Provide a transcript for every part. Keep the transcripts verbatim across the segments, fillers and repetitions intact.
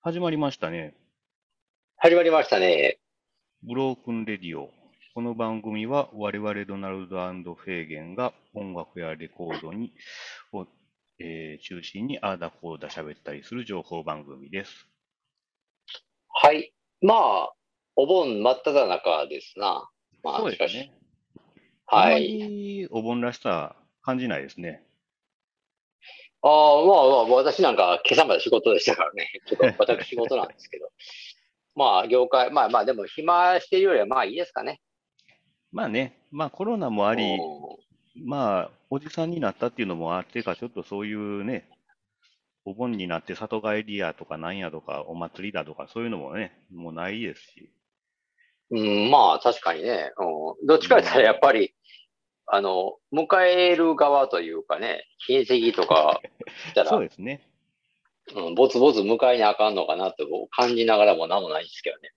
始まりましたね。 始まりましたね。 ブロークンレディオ。この番組は我々ドナルドフェーゲンが音楽やレコードにを、えー中心にあーだこーだ喋ったりする情報番組です。 はい。まあ、お盆真っ只中ですな。まあ、しかし。 そうですね。あんまはい。 りお盆らしさ感じないですね。 ああ、まあまあ、私なんか今朝まで仕事でしたからね。ちょっと私仕事なんですけど。まあ、業界、まあまあ、でも暇してるよりはまあいいですかね。 まあね、まあコロナもあうり、 ん。 まあおじさんになったっていうのもあってか、ちょっとそういうね、お盆になって里帰りやとかなんやとかお祭りだとかそういうのもね、もうないですし。 うん、まあ、確かにね。うん。どっうちかと言ったらやっん。 ぱり、あの、迎える側というかね、親戚とか来たら、 そうですね。 うん、ぼつぼつ迎えにあかんのかなってこう感じながらもなんもないんですけどね。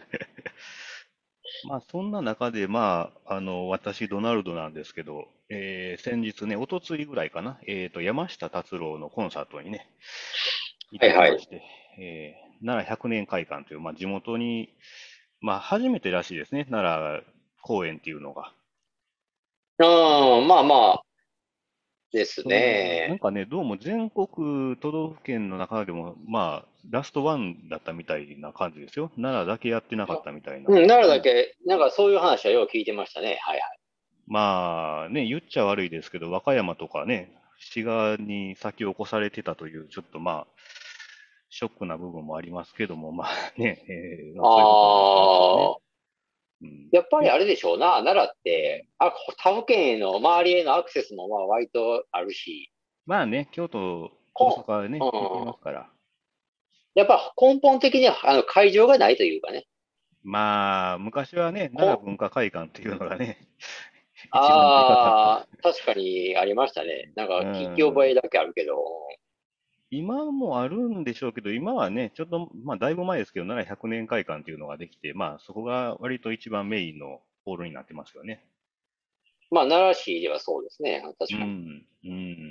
まあ、そんな中で、まあ、あの、私、ドナルドなんですけど、えー先日ね、おとついぐらいかな、えーと、山下達郎のコンサートにね、行ってはいはい。 きまして、えー奈良ひゃくねん会館という、まあ、地元に、まあ、初めてらしいですね、奈良公演っていうのが。 うん、まあまあ、ですその、なんね。 かね、どうも全国都道府県の中でも、まあ、ラストワンだったみたいな感じですよ。奈良だけやってなかったみたいなうん、奈良だ感じでね。 け、なんかそういう話はよう聞いてましたね。はいはい。 まあね、言っちゃ悪いですけど、和歌山とかね、滋賀に先を越されてたという、ちょっとまあ、ショックな部分もありますけども、まあね、えーまあ、そういうこともあったんですよね。 ああ、 うん。で、 やっぱりあれでしょうな。奈良って、あ、他府県への周りへのアクセスもまあ割とあるし、 まあね、京都、大こ阪でう、うね、行けまん。 すから。 やっぱ根本的にはあの会場がないというかね。 まあ、昔はね、奈良こ、 文化会館っていうのがね、一番でかかった。 ああ、確かにありましたね。なんかう聞き覚えん。 だけあるけど。 今もあるんでしょうけど、今はね、ちょっと、まあ、だいぶ前ですけど、奈良ひゃくねん会館っていうのができて、まあ、そこが割と一番メインのホールになってますよね。 まあ奈良市ではそうですね。確かに。 うん、うん。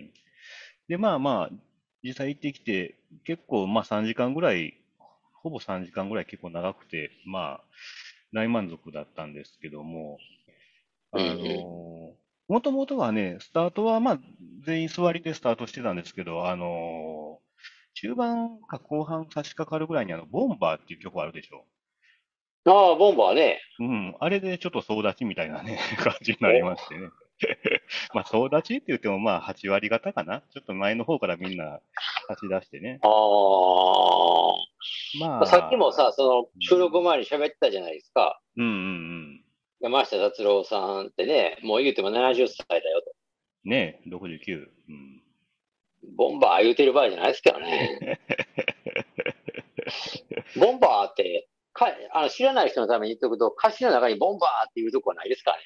で、まあまあ、実際行ってきて、結構、まあさんじかんぐらい、ほぼさんじかんぐらい結構長くて、まあ、大満足だったんですけども、 うんうあん。 のもともとはね、スタートはまあ、全員座りでスタートしてたんですけど、あの中盤か後半差し掛かるぐらいにあの、ボンバーっていう曲あるでしょ。 ああ、ボンバーね。 うん、あれでちょっと総立ちみたいなね、感じになりましお、 てね。まあ、総立ちって言ってもまあ、はち割方かな。ちょっと前の方からみんな立ち出してね。 ああ。さっきもまあ、 さ、そのうん、 収録前に喋ってたじゃないですか。 うんうんうん。 山下達郎さんってね、もう言うてもななじゅっさいだよと。 ねえ、ろくじゅうきゅう。うん。 ボンバー言うてる場合じゃないですけどね。ボンバーって、か、あの、知らない人のために言っておくと、歌詞の中にボンバーっていうとこはないですからね。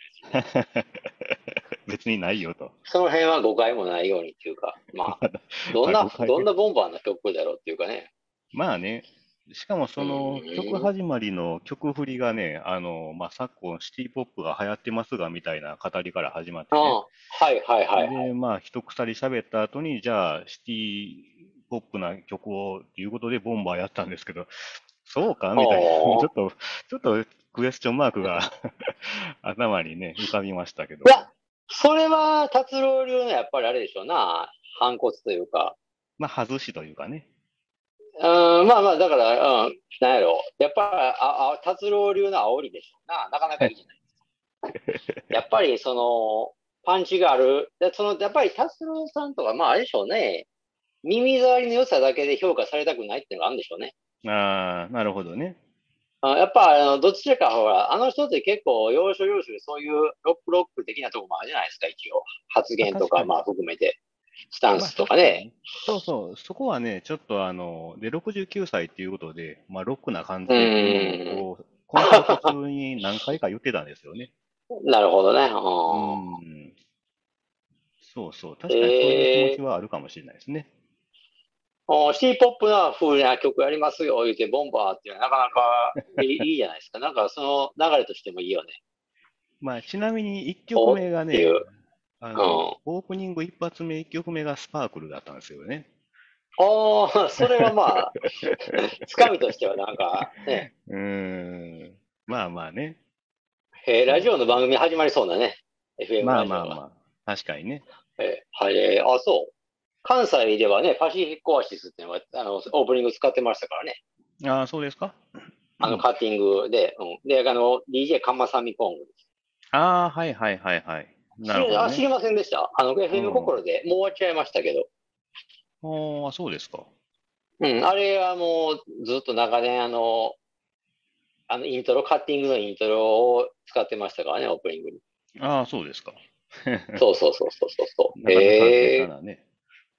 別にないよと。 その辺は誤解もないようにっていうか、まあ、どんまあ、 な、 誤解。 どんなボンバーの曲だろうっていうかね。 まあね、しかもうその曲ーん。 始まりの曲振りがね、あの、まあ、昨今シティポップが流行ってますがみたいな語りから始まってね。 ああ、はいはいはいはで、 い。 まあ、一鎖喋った後に、じゃあ、シティポップな曲をっていうことでボンバーやったんですけど、そうかあみたいな。ちょあ。 っと、ちょっとクエスチョンマークが頭にね、浮かびましたけども。 いや、それは達郎流のやっぱりあれでしょうな。反骨というか。 まあ、外しというかね。 うん、まあまあ、だから、うん、なんやろ。やっぱり、あ、あ、達郎流の煽りでしょうな。なかなかいいじゃない。やっぱり、その、パンチがある。で、その、やっぱり達郎さんとか、まああれでしょうね。耳障りの良さだけで評価されたくないっていうのがあるんでしょうね。 ああ、なるほどね。 あ、やっぱ、あの、どっちかほら、あの人って結構、要所要所でそういうロックロック的なとこもあるじゃないですか、一応。発まあ、 言とか、 確かに。 まあ含めて。スタンまあ、 スとかね。 確かにね。そうそう。そこはね、ちょっとあの、で、ろくじゅうきゅうさいっていうことで、まあ、ロックな感うじでっていうのを、 ーん。 こう、コンサート中に何回か言ってたんですよね。 なるほどね。 ううん。そうそう。 ん、 確かにそういう気持ちええはあるかもしれないですね。 ー、シティポップな風な曲やりますよ、言うて、ボンバーっていうのはなかなかいい、いいじゃないですか。なんかその流れとしてもいいよね。 まあ、ちなみにいっきょくおっめがね、 ていう。 あの、 うん。 オープニング一発目いっきょくめがスパークルだったんですよね。 ああ、それはまあ、つかみとしてはなんかね、 うーん。まあまあね。 えーラジオの番そう。 組始まりそうなね、エフエムまあラジオが。 まあまあ。確かにね。 えーはい、えーあ、そう。関西ではね、パシフィックオアシスっていうのが、あの、オープニング使ってましたからね。 ああ、そうですか。 あの、カッティングで、うん。で、あの、ディージェー カンマサミコング。 ああ、はいはいはいはい。な知り、あ、知るほどね。 りませんでした。あの、 うエフエムん。 心でもう終わっちゃいましたけど。 ああ、そうですか。 うん、あれはもうずっと長年、あの、あの、イントロ、カッティングのイントロを使ってましたからね、オープニングに。 ああ、そうですか。 そうそうそうそうそうそう。 なかなかベへえ、 タなね。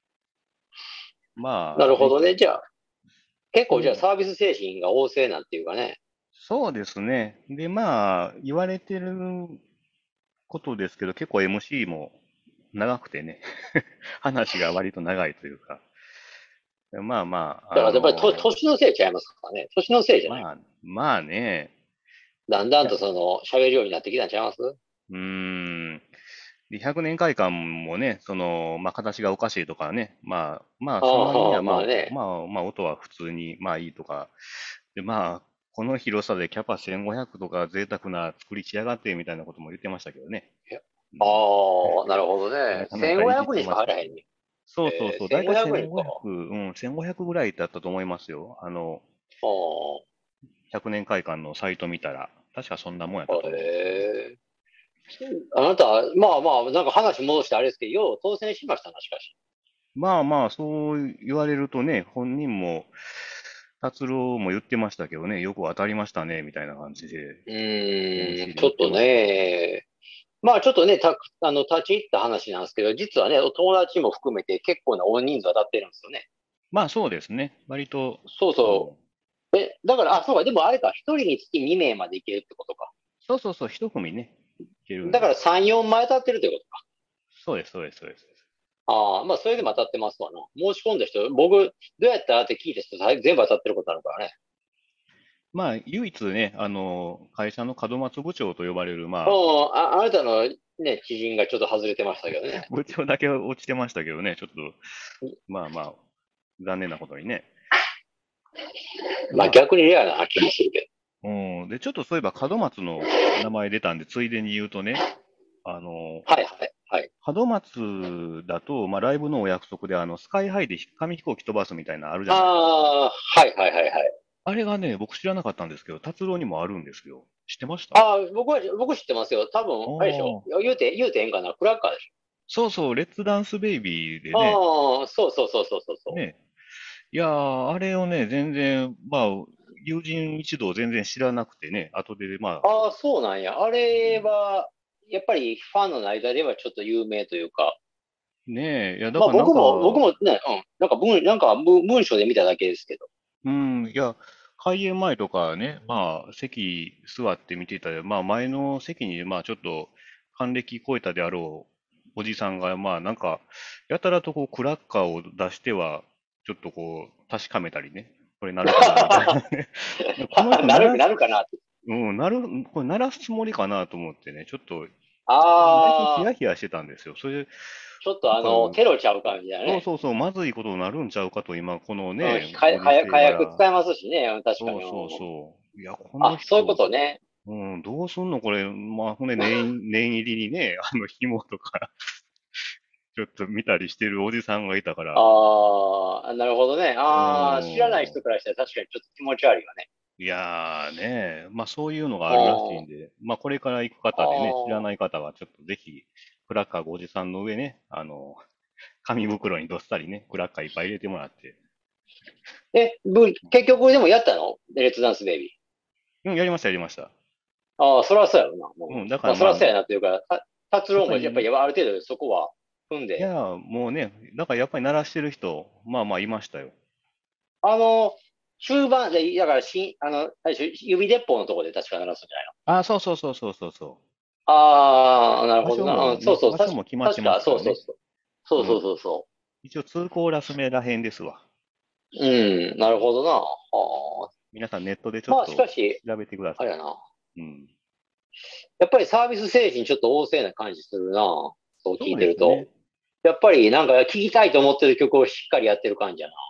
まあね。 なるほどね。じゃあ、結構じゃあで、 サービス精神が旺盛なんていうかね。 そうですね。で、まあ、言われてることですけど、結構 エムシー も長くてね、話が割と長いというか、まあまあ、あだからやっぱりとの年のせいちゃいますかね。年のせいじゃない。 まあ、まあね、 だんだいや、 んとその、喋るようになってきたんちゃいます？ うーん、でひゃくねん会館もね、その、まあ、形がおかしいとかね、まあ、まあ、その割にああ、 は、まあ、 まあね。 まあ、まあ、音は普通に、まあいいとか、で、まあ、この広さでキャパせんごひゃくとか贅沢な作りしやがってみたいなことも言ってましたけどね。うん、 ああ、なるほどね。 なかなかいじっせんごひゃくにんしかてましたけど。 入らへんね。えー、 そうそうそう、だいたいせんごひゃくにんか。 せんごひゃく、うん、せんごひゃくぐらいだったと思いますよ。あの、 ああ、 ひゃくねん会館のサイト見たら、確かそんなもんやったと思うんですけどね。 ええ、あなた、まあまあ、なんか話戻してあれですけど、よう当選しましたな、しかし。 まあまあ、そう言われるとね、本人も、達郎も言ってましたけどね、よく当たりましたね、みたいな感じで、 うーん、 エムシー で言ってちょっとましたけど。 ね、まあちょっとね、た、あの、立ち入った話なんですけど、実はね、お友達も含めて結構な大人数当たってるんですよね。 まあそうですね、割と、 そうそうん。 う。え、だから、あ、そうか、でもあれか、一人につきに名までいけるってことか。 そうそうそう、一組ね、いけるんで。 だからさん、よんまい当たってるってことか。 そうです、そうです、そうです。 ああ、まあそれでも当たってますわな。申し込んだ人、僕、どうやったらって聞いた人、全部当たってることあるからね。 まあ、唯一ね、あの、会社の門松部長と呼ばれる、 うん、 まあ、 あ、あなたのね、知人がちょっと外れてましたけどね。 部長だけは落ちてましたけどね、ちょっと、まあまあ、残念なことにね。 まあま逆にレアな気もするけあ、うん。で、ちょっとそういえば門松の名前出たんで、ついでに言うとね、あの、 ど。はいはい、はい。 門松だと、まあ、ライブのお約束で、あの、スカイハイで紙飛行機飛ばすみたいなのあるじゃないですか。 ああ、はいはいはいはい。 あれがね、僕知らなかったんですけど、達郎にもあるんですよ。知ってました？あああ、僕は、僕知ってますよ。多分、あれでしょ。 あ。 言うて、言うてええんかな。クラッカーでしそうそう、レッツダンスベイビーでね、 ょ。ああ、そうそうそうそうそうそね。いやー、あれをね、全然、まあ、友人一同全然知らなくてね、後で、まあ、 う。ああ、そうなんや。あうん、 れは、やっぱりファンの間ではちょっと有名というか。 ねえ、いや、だまあからなんか、 僕も、僕もね、うん。なんか文、なんか文文章で見ただけですけど。 うん、いや、開演前とかね、まあ、席座って見てたら、まあ、前の席に、まあ、ちょっと、還暦超えたであろうおじさんが、まあ、なんか、やたらとこう、クラッカーを出しては、ちょっとこう、確かめたりね、これなるかな、みたいなね。この人なる、 鳴らす、 なるかなって。 うん、なる、これ鳴らすつもりかなと思ってね、ちょっと、内心ヒああ、 ヤヒヤしてたんですよ。それで、 ちょっとなんか、 あの、テロちゃう感じだね。 そうそうそう、まずいことになるんちゃうかと、今、このうん、 ね、 か、 ご時かや、火世柄、 薬使えますしね。うん、確かに。うん。 そうそうそう。いや、このあ、そういうこ人、 とね。 うん、どうすんのこれ、まあ、ほんで念、念入りにね、あの、紐とかちょっと見たりしてるおじさんがいたから、 ああ、なるほどね。 うああ、知らないん、 人からしたら確かにちょっと気持ち悪いよね。 いやーね、まあそういうのがああるらしいんあ、 で、まあこれから行く方でね、知らああ。 ない方はちょっとぜひ、クラッカーごおじさんの上ね、あの、紙袋にどっさりね、クラッカーいっぱい入れてもらって、 え、ぶ、結局でもやったの？レッツダンスベイビー。 うん、やりました、やりました。 ああ、そらそうやろな。もう。 うん、だかまあ、 らまあ、 そらそうやなっていうか、た、達郎もやっぱりやっぱり、 ある程度そこは踏んで。 いや、もうね、だからやっぱり鳴らしてる人、まあまあいましたよ。 あの、終盤で、だからし、あの、あれでしょ指鉄砲のところで確か鳴らすんじゃないの？ あ、そうそうそうそうそうそう。 ああ、なる場所ほどな。うん、そうもね、 そう、 場所たし、 も決まって確か、 ますからね。 そうそうそう。そうそううん。 そうそ一応通行ラス目らへんですわ。 う。うん、なるほどな。はあ。 皆さんネットでちょっまあ、しかとし、 調べてくださあれやな。 い。うん。 やっぱりサービス精神ちょっと旺盛な感じするな。そう聞そういてると。 ですね。 やっぱりなんか聞きたいと思ってる曲をしっかりやってる感じやな。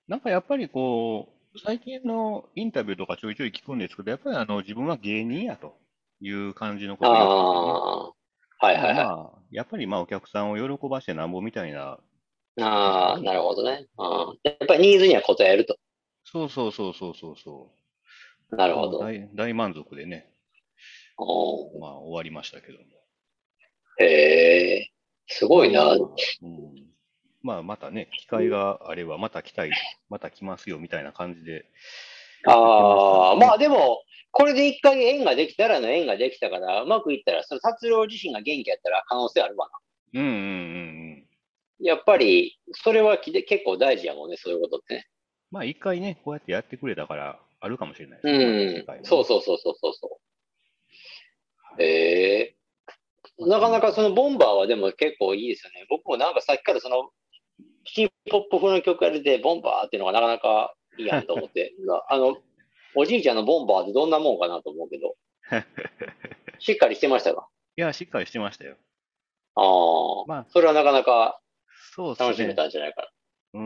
なんかやっぱりこう、最近のインタビューとかちょいちょい聞くんですけど、やっぱりあの自分は芸人やという感じのことを言っててね。 ああ、はいだからはいはい。 まあ、やっぱりまあお客さんを喜ばしてなんぼみたいなとこもあああ、なるるんでしょうね。 ほどね。うん。やっぱりニーズには応えると。 そうそうそうそうそうそう。もうなるほど。 大、大満足でね、 おまあ終わりましたけども。 ーへえ、すごいな。 まあまあまあ、うん。まあまたね、機会があればまた来たい、また来ますよみたいな感じで言ってましたんああ、まあでね。 でも、これで一回縁ができたらの縁ができたから、うまくいったら、その達郎自身が元気やったら可能性あるわな。 うんうんうんやっぱり、それはきで結構大事やもんね、そういうことってね。 まあ一回ね、こうやってやってくれたからあるかもしれないでうすね。また次ん。そう回もね。 そうそうそうそうそはう。 い。 へえ。 まあそんななかなかそ感じで。 のボンバーはでも結構いいですよね。僕もなんかさっきからそのシティポップ風の曲が出て、ボンバーっていうのがなかなかいいやんと思って。あの、おじいちゃんのボンバーってどんなもんかなと思うけど、しっかりしてましたか？ いや、しっかりしてましたよ。 ああ、 まあ、 それはなかなかそうです楽しめね。 たんじゃないかうん。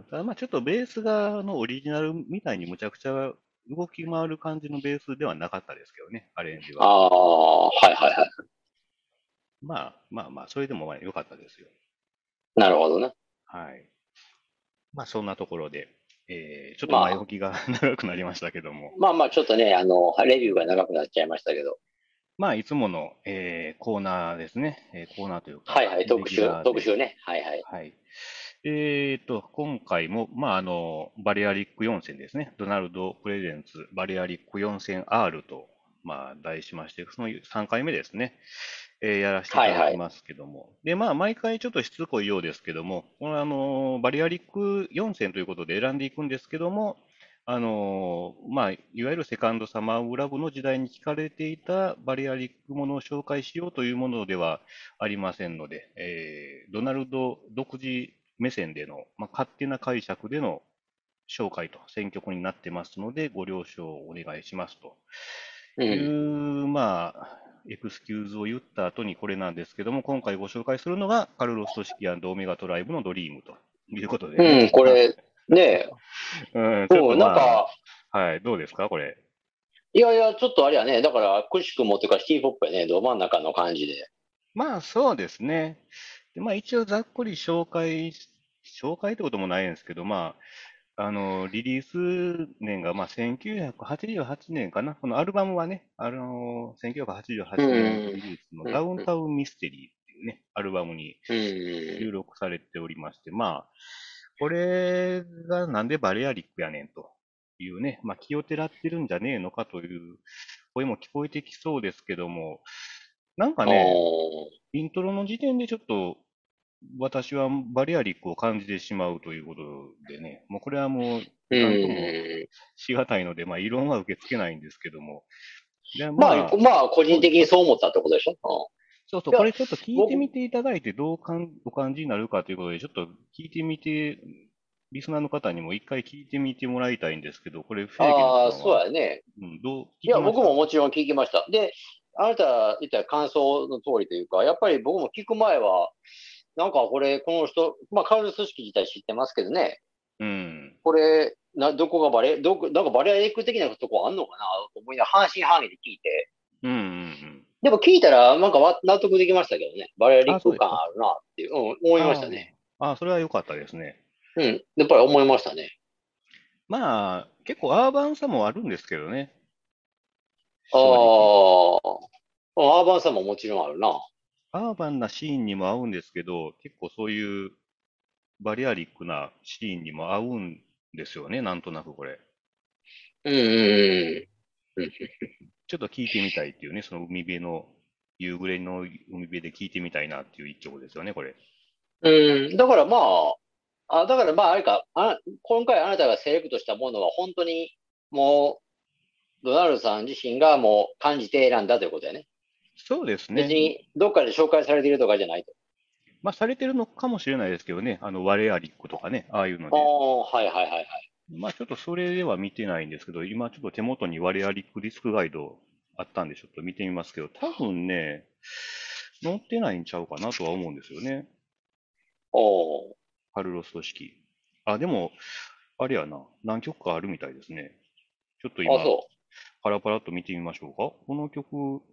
ただまあちょっとベースがのオリジナルみたいにむちゃくちゃ動き回る感じのベースではなかったですけどね、アレンジな。あは。 あ、はいはいはい。 まあまあまあ、それでもまあ良かったですよ。 なるほどね。 はい。まあそんなところで、えー、ちょっとまあ、 前置きが長くなりましたけども、 まあまあ、ちょっとね、あの、レビューが長くなっちゃいましたけど。 まあいつもの、えーコーナーですね。えーコーナーというか、 はいはい、 レギュ特集、 ラーで、 特集ね。はいはい。 はい。えーと、今回も、まあ、あの、バレアリックよんせんですね。ドナルド・プレゼンツ、バレアリック よんせんアール と、まあ、題しまして、そのさんかいめですね。えーやらせていはいはい。 ただきますけども。で、まあ、毎回ちょっとしつこいようですけども、このあの、バリアリックよんせんということで選んでいくんですけども、あの、まあ、いわゆるセカンドサマーウラブの時代に聞かれていたバリアリックものを紹介しようというものではありませんので、えードナルド独自目線での、まあ、勝手な解釈での紹介と選曲になってますので、ご了承お願いしますというん。 う、まあ、エクスキューズを言った後にこれなんですけども、今回ご紹介するのが、カルロス・トシキオメガトライブのドリームということでね。 うん、こまあ、 れ、ね、 うん、ちょっとうん、なんまか、 あ、はい、どうですか、これ。 いやいや、ちょっとあれやね。だから、くしくもっていうか、シティポップやね。ど真ん中の感じで。 まあ、そうですね。で、まあ、一応ざっくり紹介し、紹介ってこともないんですけど、まあ、あの、リリース年が、まあ、せんきゅうひゃくはちじゅうはちねんかな。このアルバムはね、あの、1988 うん、 年リリースのうん、 ダウンタウンミステリーっていうね、アルバムにうん、 収録されておりまして、まあ、これがなんでバレアリックやねんというね、まあ、気をてらってるんじゃねえのかという声も聞こえてきそうですけども、なんかあね、 ーイントロの時点でちょっと私はバリアリックを感じてしまうということでね、もうこれはもうう何ともん。 しがたいので、まあ異論は受け付けないんですけども。で、 まあ、 まあ、 まあ、個人的にどうですかそう思ったってことでしょ？ そうそう、 うん。いや、 これちょっと聞いて僕、 みていただいてどうかんお感じになるかということで、ちょっと聞いてみて、リスナーの方にも一回聞いてみてもらいたいんですけど、これフェーゲンああ、 さんは、 そうやね。 うん、どう聞いや、僕きました？ ももちろん聞きました。で、あなた言った感想の通りというか、やっぱり僕も聞く前は、なんかこれ、この人、まあ、カール組織自体知ってますけどね、 うん。 これ、な、どこがバレ、どこ、なんかバレエエク的なとこあんのかなと思いながら半信半疑で聞いて。 うんうんうん。 でも聞いたら、なんかわ納得できましたけどね。バレエリあ、 ックそうですか。 感あるなっていう、うん、思いましたあね。 あ、あ、それは良かったですね。 うん、やっぱり思いましたね。 まあ、結構アーバンさもあるんですけどね、 あ正直。 あ、アーバンさももちろんあるな。 アーバンなシーンにも合うんですけど、結構そういうバリアリックなシーンにも合うんですよね、なんとなくこれ。 うん、うん、うん。 ちょっと聞いてみたいっていうね、その海辺の、夕暮れの海辺で聞いてみたいなっていう一曲ですよね、これ。 うん、だからまあ、あ、だからまあ、あれか、あ、今回あなたがセレクトしたものは本当にもう、ドナルドさん自身がもう感じて選んだということやね。 そうですね。 別にどっかで紹介されているとかじゃないと。 まあ、されてるのかもしれないですけどね、あの、ワレアリックとかね、ああいうのあで。 あ、はいはいはいはい。 まあ、ちょっとそれでは見てないんですけど、今ちょっと手元にワレアリックディスクガイドあったんで、ちょっと見てみますけど、多分ね、載ってないんちゃうかなとは思うんですよね。 おー、 カルロス式。あ、でも、 あれやな、何曲かあるみたいですね。ちょっとあ、 今、 そパラパラっと見てみましょうか。この曲、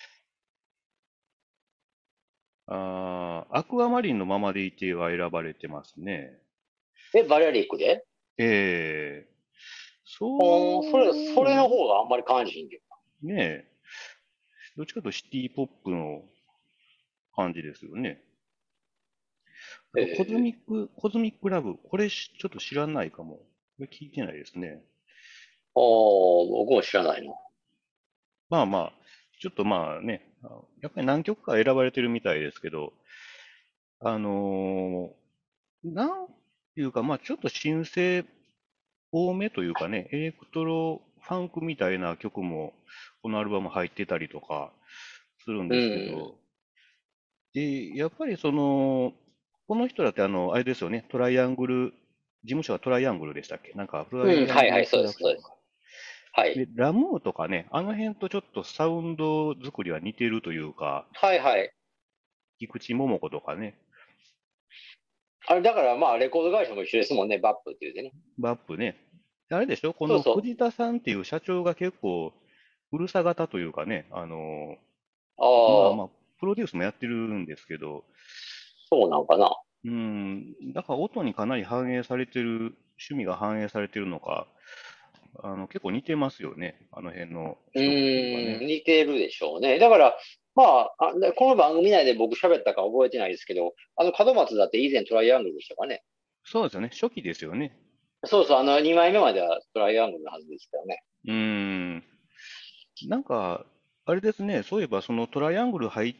あー、アクアマリンのままでいては選ばれてますね。 う。え、バリアリックで？ ええ、 おー、それ、それのそ方があんまり感じひんけう、ねえ、どっちかというとシティポップの感じですよね。あど。 と、コズミえック、コズミックラブ。これしちょっと知らないかも。これ聞いてないですね。 ー、あー、僕も知らないな。 まあまあ、ちょっとまあね、あやっぱり何曲か選ばれてるみたいですけど、あのーなんていうか、まあちょっと新生多めというかね、エレクトロファンクみたいな曲もこのアルバム入ってたりとかするんうですけん。 ど、で、やっぱりその、この人だってあの、あれですよね、トライアングル、事務所はトライアングルでしたっけ？なんかトラうん、 イアングルはいはい、そうです、 プロダクションか。 そうです。はで、 い。 ラムーとかね、あの辺とちょっとサウンド作りは似てるというか、 はいはい。 菊池桃子とかね、 あれ、だからまあ、レコード会社も一緒ですもんね、バップって言うてね。 バップね。あれでしょこのそうそ藤田さんっていう社長が結構、うるさ型というかね、あの、 う。ああ、 まあまあ、プロデュースもやってるんですけど、 そうなんかな。 うん、だから音にかなり反映されてる、趣味が反映されてるのか、あの、結構似てますよね。あの辺のう一工夫がーん、 ね。 似てるでしょうね。だから、まあ、あ、でこの番組内で僕喋ったか覚えてないですけど、あの、門松だって以前トライアングルでしたかね。 そうですよね。初期ですよね。 そうそう、あの、にまいめまではトライアングルのはずですけどね。 うーん。なんか、あれですね。そういえば、そのトライアングル入って、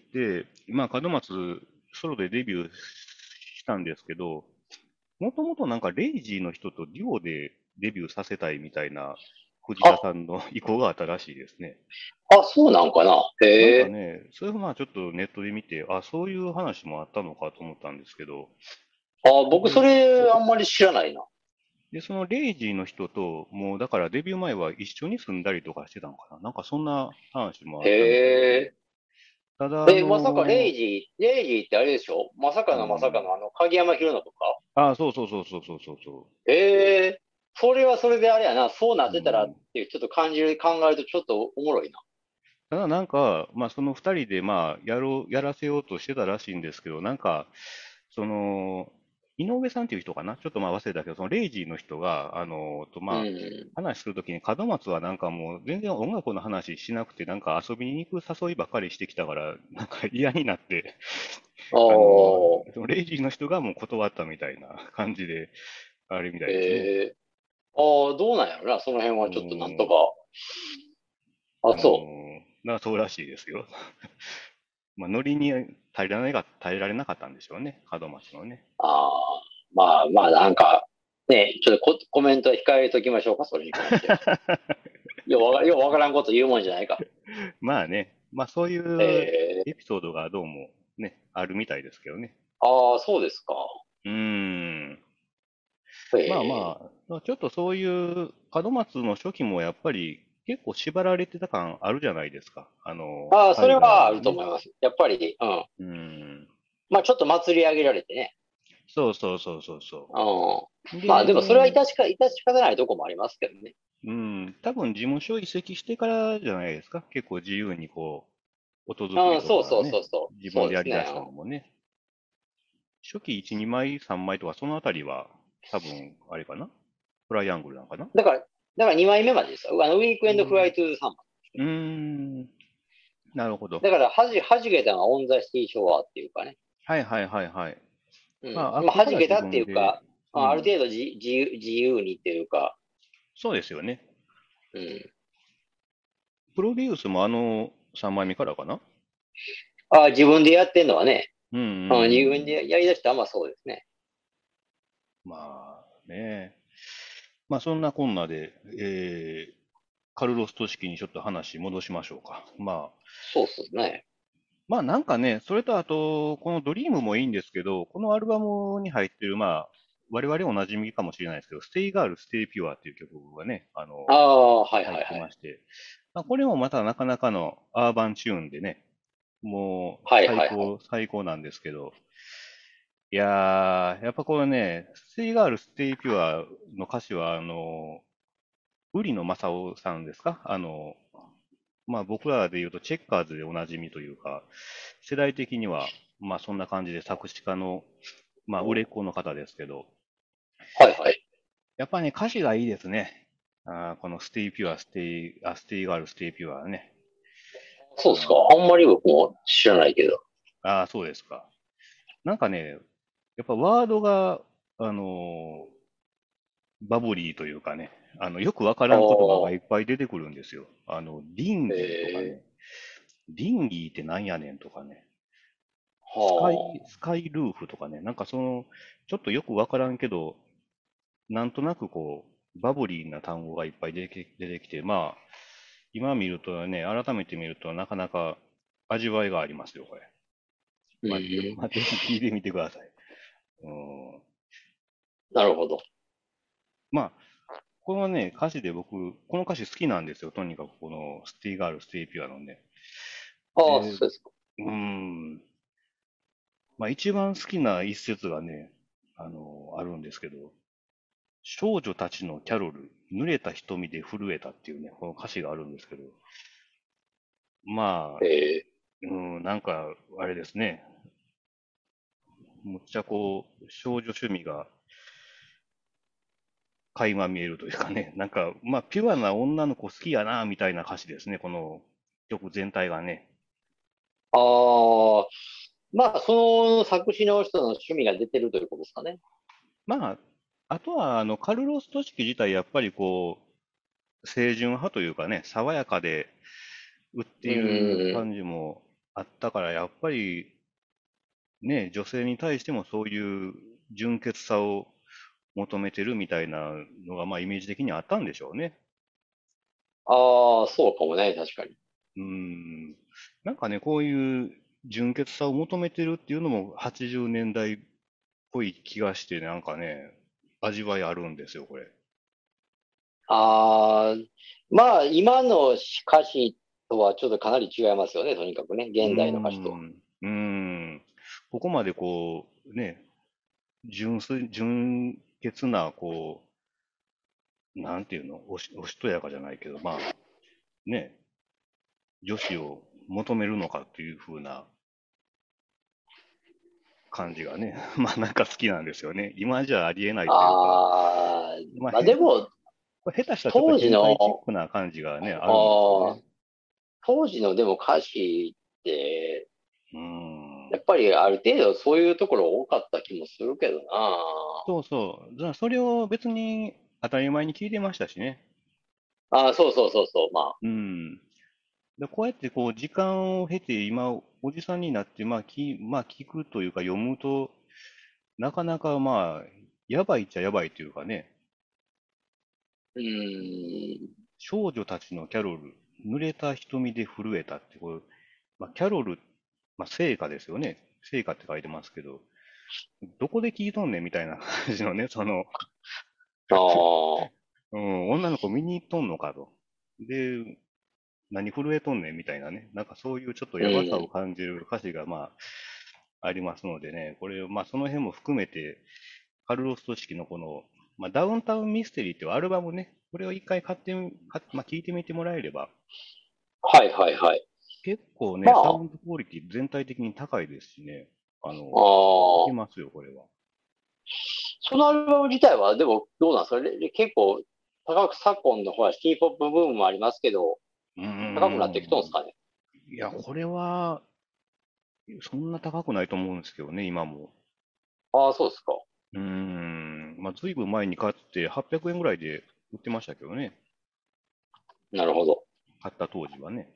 まあ、門松ソロでデビューしたんですけど、もともとなんかレイジーの人とデュオでデビューさせたいみたいな藤田あ、 さんの意向があったらしいですね。 あ、そうなんかな。 なんへえ。 かね、それをまあちょっとネットで見て、あ、そういう話もあったのかと思ったんですけど、 あ、僕そで、 れあんまり知らないな。 で、そのレイジーの人と、もうだからデビュー前は一緒に住んだりとかしてたのかな。なんかそんな話もあへったみたいで。 え。 ただ、あえ、まさかレのイジー、レイジーってあれでしょ？まさかうのまさかん。 のあの、影山博信とか？ あ、そうそうそうそうそうそうそええ。それはそれであれやな、そうなっう。うてたらっん。 ていうちょっと感じる、考えるとちょっとおもろいな。 ただなんか、まあその二人でまあやろう、やらせようとしてたらしいんですけど、なんか、その、井上さんっていう人かなちょっとまあ忘れたけど、そのレイジーの人が、あの、とうまあ、 ん。 話するときに門松はなんかもう全然音楽の話しなくて、なんか遊びに行く誘いばっかりしてきたから、なんか嫌になって、 ああの、 あ、 そのレイジーの人がもう断ったみたいな感じで、あれみたいですね。 ええ。ああ、どうなんやろな、その辺うはちょっとなんとか。 ん。 あ、 うそん。だからそうらしいですよ。まあ、ノリに耐えられなかった、耐えられなかったんでしょうね。門松のね。 う。ああ、まあまあなんか、ね、ちょっとコ、コメント控えときましょうか、それに関しては。ようわから、ようわからんこと言うもんじゃないか。 まあね、まあそういうええ。 エピソードがどうもね、あるみたいですけどね。 ああ、そうですか。 うーん。 えまあえ。 まあ、ちょっとそういう門松の初期もやっぱり結構縛られてた感あるじゃないですか。あの、 ああ、それ海外はあるとのね。 思います。やっぱり、うん。 うーん。 まあちょっと祭り上げられてね。 そうそうそうそうそうん。 う。 まあでもそれはで、 致しか、致し方ないとこもありますけどね。 うん、多分事務所移籍してからじゃないですか。結構自由にこう、音作うん、 りとそうそうそかね、 うそう。 自分そうですね。 でやり出したのもね。初期いち、にまい、さんまいとかそのあたりは多分、あれかなトライアングルなのかな。 だから、だからにまいめまでですよ。あの、ウィークエンドフライうん。 トゥーサンバ。 うーん。なるほど。 だから、はじ、はじけたのはオンザシティショアっていうかね。 はいはいはいはい。まあ、 うん。まあ、 後から自はじけたってい分で、 うか、 うん。 あある程度自、自由、自由にっていうか、 そうですよね。 うん。 プロデュースもあのさんまいめからかな。 ああ、自分でやってんのはね、 うんうんううん、自分ん。 でやりだしたのはそうですね。 まあね。まあそんなこんなで、えー、カルロス・トシキにちょっと話戻しましょうか。まあ、 そうっすね。 まあなんかね、それとあと、このドリームもいいんですけど、このアルバムに入ってる、まあ、我々おなじみかもしれないですけど、ステイガール、ステイピュアっていう曲がね、あの、 ああ、はい入ってはいはい。 まして、まあ、これもまたなかなかのアーバンチューンでね、もうはいはいはい。 最高、最高なんですけど、 いやー、やっぱこれね、ステイガール、ステイピュアの歌詞は、あの、売野正夫さんですか？あの、まあ僕らで言うとチェッカーズでおなじみというか、世代的には、まあそんな感じで作詞家の、まあ売れっ子の方ですけど、 はいはい。 やっぱね、歌詞がいいですね。あーこのステイピュア、ステイ、あ、ステイガール、ステイピュアはね。 そうですか。 ああんまり僕も知らないけど。 あー、そうですか。なんかね、やっぱワードが、あのーバブリーというかね、あの、よくわかあらん言葉がいっあ、 ぱい出てくるんですよ。あの、ディンギーとかええね、ディンギーってなんやねんとかね、スカイ、 はスカイルーフとかね、なんかその、ちょっとよくわからんけど、なんとなくこう、バブリーな単語がいっぱい出てき出てきて、まあ、今見るとね、改めて見るとなかなか味わいがありますよ、これ。 あ、うまあ、ぜん、 まあ、ぜひ聞いてみてください。うん、 なるほど。 まあ、このね、歌詞で僕、この歌詞好きなんですよ。とにかくこのスティガール、ステイピュアのね。 ああ、 で、 そうですか。 うーん、まあ一番好きな一節がね、あの、あるんですけど、少女たちのキャロル、濡れた瞳で震えたっていうね、この歌詞があるんですけど、まあ、 ええうん、なんか、あれですね、むっちゃこう、少女趣味が垣間見えるというかね、なんか、まあ、ピュアな女の子好きやな、みたいな歌詞ですね、この曲全体がね。 ああ、まあ、その作詞の人の趣味が出てるということですかね。 まあ、あとは、あの、カルロス・トシキ自体、やっぱりこう、清純派というかね、爽やかで、うってういうん。 感じもあったから、やっぱりね、女性に対してもそういう純潔さを求めてるみたいなのが、まあ、イメージ的にあったんでしょうね。 ああ、そうかもね、確かに。 うん。なんかね、こういう純潔さを求めてるっていうのもはちじゅうねんだいっぽい気がして、なんかね、味わいあるんですよ、これ。 ああ、まあ、今の歌詞とはちょっとかなり違いますよね、とにかくね、 うー現代の歌詞とは。 ん。うーん。ここまでこう、ね、純粋、純潔な、こう、なんていうの、おし、おしとやかじゃないけど、まあ、ね、女子を求めるのかっていう風な感じがね、まあなんか好きなんですよね。今じゃありえないというか、 ああ、 まあ、 まあへ、 でも、 これ下手したらちょっと当時の、 変態チックな感じがね、あるんですよああ、 ね。 当時のでも歌詞って、 うーん。 やっぱりある程度そういうところ多かった気もするけどな。 そうそう。じゃあそれを別に当たり前に聞いてましたしね。 ああ、そうそうそうそう、まうん。で、こうやってこう時間を経て今、おじさんになって、まあ、き、まあ、聞くというか読むと、なかなかまあ、やばいっちゃやばいというかね、 うーん。 少女たちのキャロル、濡れた瞳で震えたって、これ、まあ、キャロル、まあ、聖歌ですよね。聖歌って書いてますけど、どこで聞いとんねんみたいな感じのね、その、 ああ、 うん、女の子見に行っとんのかと。で、何震えとんねんみたいなね。なんかそういうちょっとやばさをうん。 感じる歌詞がまあありますのでね。これ、まあその辺も含めて、カルロス・トシキのこの、まあダウンタウンミステリーっていうアルバムね、これを一回買ってみ、買っまあ聞いてみてもらえれば、 はいはいはい。 結構ね、サウまあ、 ンドクオリティ全体的に高いですしね。あの、 あいけあ、 ますよ、これは。 そのアルバム自体は、でもどうなんですかね。結構、高く昨今のほら、シティポップブームもありますけど、 うー高くなってきとんですん。 かね。 いや、これは、そんな高くないと思うんですけどね、今も。 ああ、そうですか。 うーん。まあ、ずいぶん前に買ってはっぴゃくえんぐらいで売ってましたけどね。 なるほど。 買った当時はね。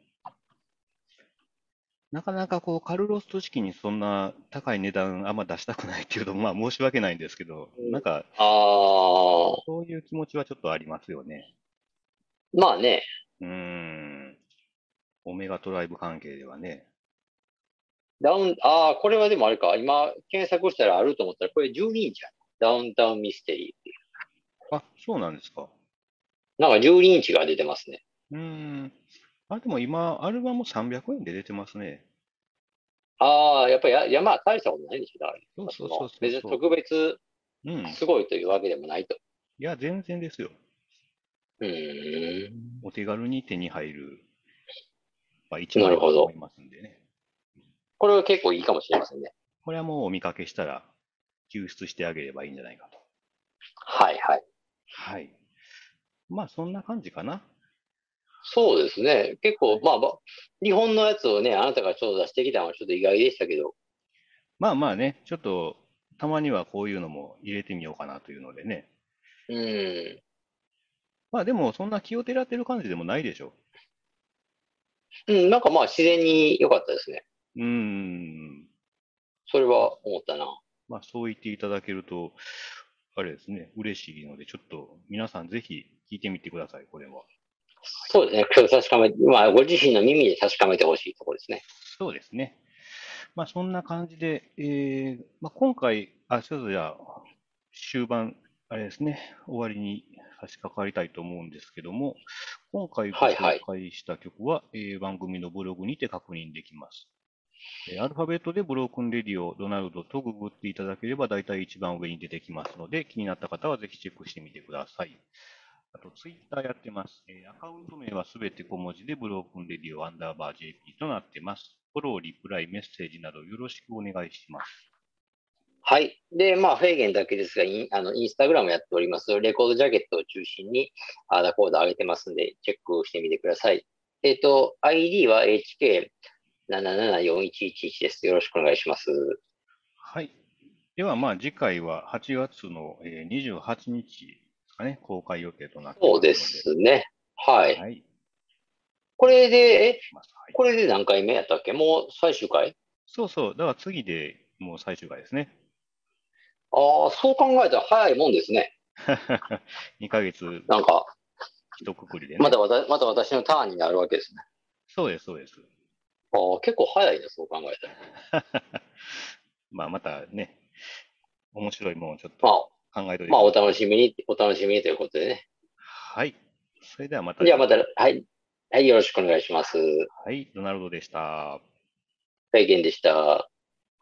なかなかこう、カルロス・トシキにそんな高い値段あんま出したくないっていうのも、まあ申し訳ないんですけど、 うん、 なんか、 ああ、 そういう気持ちはちょっとありますよね。 まあね。 うーん。オメガトライブ関係ではね。 ダウン、ああ、これはでもあれか。今、検索したらあると思ったら、これじゅうにインチやな。ダウンタウンミステリーっていう。 あ、そうなんですか。 なんかじゅうにインチが出てますね。 うーん。あ、でも今、アルバムさんびゃくえんで出てますね。 ああ、やっぱりや、いや、まあ、大したことないんでしょ、だから。 そうそうそうその、 そうそ別に特別う。うん。 すごいというわけでもないと。 いや、全然ですよ。 うーん。 お手軽に手に入る、まあ、一なるほど。 枚だと思いますんでね。 これは結構いいかもしれませんね。 これはもうお見かけしたら、救出してあげればいいんじゃないかと。 はいはい。 はい。まあ、そんな感じかな。 そうですね。結構、 はい。 まあ、まあ、日本のやつをね、あなたがちょっと出してきたのはちょっと意外でしたけど。 まあまあね、ちょっと、たまにはこういうのも入れてみようかなというのでね。 うん。 まあでも、そんな気をてらってる感じでもないでしょ。 うん、なんかまあ自然に良かったですね。 うーん。 それまあ、 は思ったな。 まあ、そう言っていただけると、あれですね、嬉しいので、ちょっと皆さんぜひ聞いてみてください、これは。はい。 そうですね。今日確かめ、まあ、ご自身の耳で確かめてほしいところですね。 そうですね。まあ、そんな感じで、えーまあ、今回、あ、ちょっとじゃあ、終盤、あれですね、終わりに差し掛かりたいと思うんですけども、今回ご紹はいはい。 介した曲は、えー番組のブログにて確認できます。えーアルファベットでブロークンレディオ、ドナルドとググっていただければ、大体一番上に出てきますので、気になった方はぜひチェックしてみてください。あと、ツイッターやってます。えーアカウント名はすべて小文字で、ブロークンレディオアンダーバー ジェーピー となってます。フォロー、リプライ、メッセージなどよろしくお願いします。 はい。で、まあ、フェーゲンだけですが、イン、あの、インスタグラムやっております。レコードジャケットを中心に、アーダコード上げてますんで、チェックしてみてください。えっと、アイディー は エイチケーななななよんいちいちいち です。よろしくお願いします。 はい。では、まあ、次回ははちがつのえーにじゅうはちにちですかね、公開予定となってそうでますので、 すね。はい。 はい。 これで、 よろしくお願いえ、 します。はい。 これで何回目やったっけ？もう最終回？ そうそう。だから次でもう最終回ですね。 ああ、そう考えたら早いもんですね。 にかげつなんか、 一括りでね。 またわた、また私のターンになるわけですね。 そうです、そうです。 ああ、結構早いね、そう考えたら。 まあ、またね、面白いものをちょっまあ、 と考えておいてまあ、おください。 楽しみに、お楽しみにということでね。 はい。それではまたじゃあまた、 次回。 はい。はい、よろしくお願いします。 はい、ドナルドでした。 体験でした。